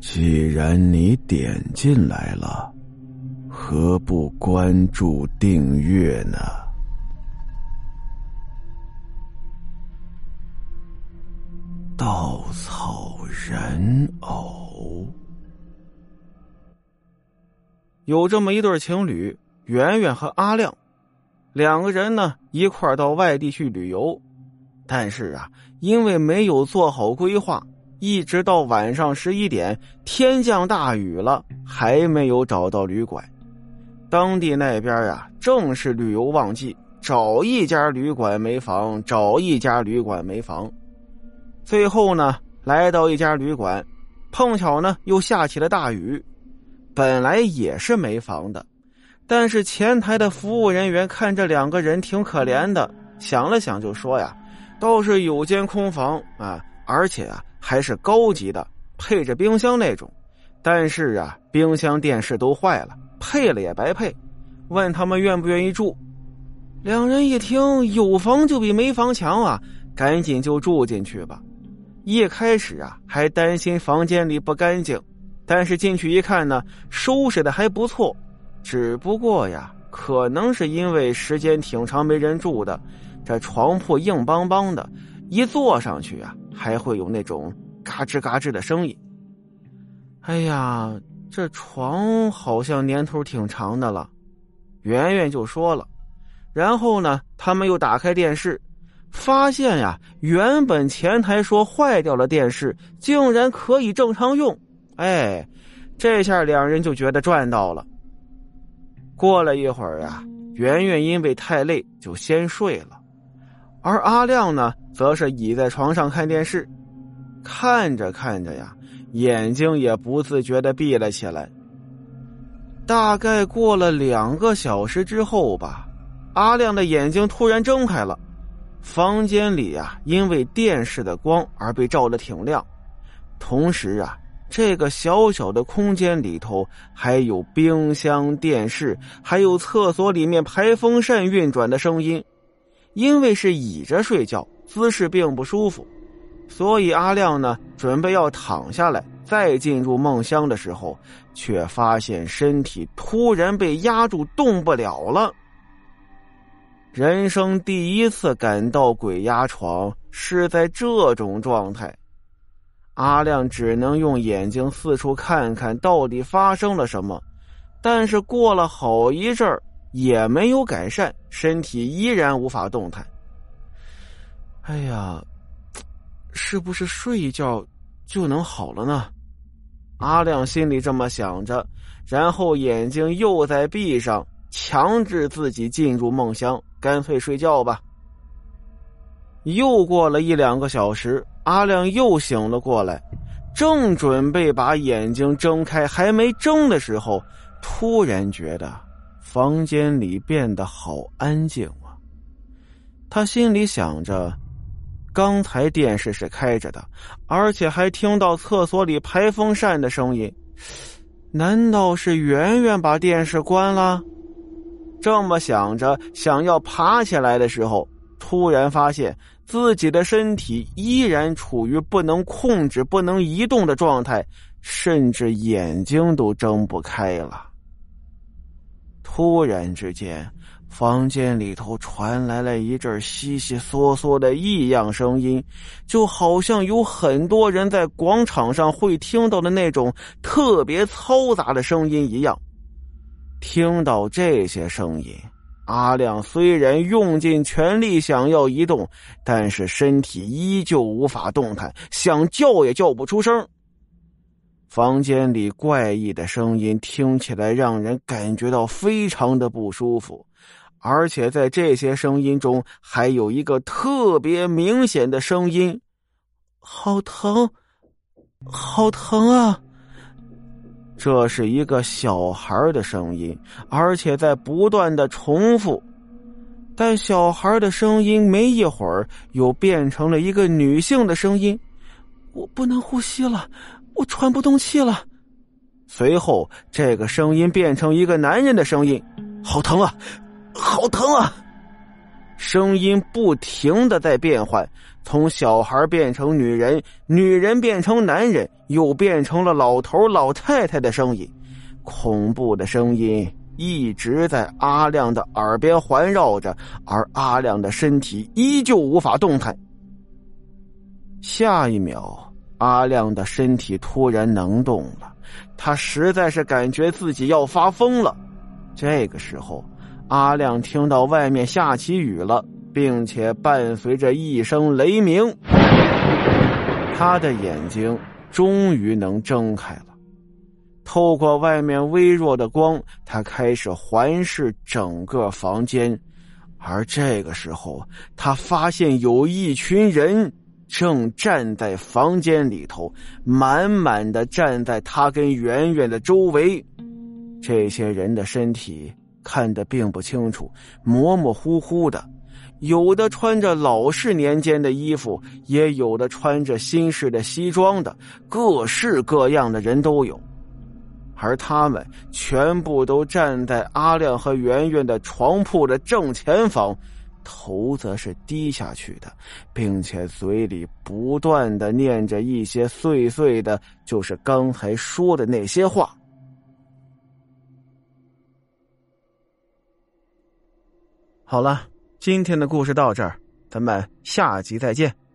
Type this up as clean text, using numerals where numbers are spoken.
既然你点进来了，何不关注订阅呢？稻草人偶。 有这么一对情侣，圆圆和阿亮，两个人呢一块到外地去旅游，但是因为没有做好规划，一直到晚上11点，天降大雨了，还没有找到旅馆。当地那边正是旅游旺季，找一家旅馆没房，找一家旅馆没房。最后呢，来到一家旅馆，碰巧呢又下起了大雨，本来也是没房的，但是前台的服务人员看这两个人挺可怜的，想了想就说倒是有间空房而且还是高级的，配着冰箱那种，但是冰箱电视都坏了，配了也白配，问他们愿不愿意住。两人一听有房就比没房强赶紧就住进去吧。一开始还担心房间里不干净，但是进去一看呢，收拾的还不错，只不过可能是因为时间挺长没人住的，这床铺硬邦邦的，一坐上去还会有那种嘎吱嘎吱的声音。哎呀，这床好像年头挺长的了，圆圆就说了。然后呢，他们又打开电视，发现原本前台说坏掉了电视竟然可以正常用。这下两人就觉得赚到了。过了一会儿圆圆因为太累就先睡了，而阿亮呢则是倚在床上看电视，看着看着眼睛也不自觉地闭了起来。大概过了2个小时之后吧，阿亮的眼睛突然睁开了。房间里因为电视的光而被照得挺亮，同时这个小小的空间里头还有冰箱、电视，还有厕所里面排风扇运转的声音。因为是倚着睡觉，姿势并不舒服，所以阿亮呢准备要躺下来再进入梦乡的时候，却发现身体突然被压住动不了了。人生第一次感到鬼压床是在这种状态，阿亮只能用眼睛四处看看到底发生了什么，但是过了好一阵儿也没有改善，身体依然无法动弹。哎呀，是不是睡一觉就能好了呢？阿亮心里这么想着，然后眼睛又再闭上，强制自己进入梦乡，干脆睡觉吧。又过了1-2个小时，阿亮又醒了过来，正准备把眼睛睁开，还没睁的时候，突然觉得房间里变得好安静他心里想着，刚才电视是开着的，而且还听到厕所里排风扇的声音，难道是圆圆把电视关了？这么想着，想要爬起来的时候，突然发现自己的身体依然处于不能控制、不能移动的状态，甚至眼睛都睁不开了。突然之间，房间里头传来了一阵悉悉嗦嗦的异样声音，就好像有很多人在广场上会听到的那种特别嘈杂的声音一样。听到这些声音，阿亮虽然用尽全力想要移动，但是身体依旧无法动弹，想叫也叫不出声。房间里怪异的声音听起来让人感觉到非常的不舒服，而且在这些声音中还有一个特别明显的声音，好疼，好疼啊！这是一个小孩的声音，而且在不断的重复。但小孩的声音没一会儿又变成了一个女性的声音，我不能呼吸了，我喘不动气了。随后这个声音变成一个男人的声音，好疼啊，好疼啊！ 声音不停地在变换，从小孩变成女人，女人变成男人，又变成了老头老太太的声音。恐怖的声音一直在阿亮的耳边环绕着，而阿亮的身体依旧无法动弹。下一秒，阿亮的身体突然能动了，他实在是感觉自己要发疯了。这个时候，阿亮听到外面下起雨了，并且伴随着一声雷鸣，他的眼睛终于能睁开了。透过外面微弱的光，他开始环视整个房间，而这个时候，他发现有一群人正站在房间里头，满满的站在他跟圆圆的周围。这些人的身体看得并不清楚，模模糊糊的，有的穿着老式年间的衣服，也有的穿着新式的西装的，各式各样的人都有。而他们全部都站在阿亮和圆圆的床铺的正前方，头则是低下去的，并且嘴里不断地念着一些碎碎的，就是刚才说的那些话。好了，今天的故事到这儿，咱们下集再见。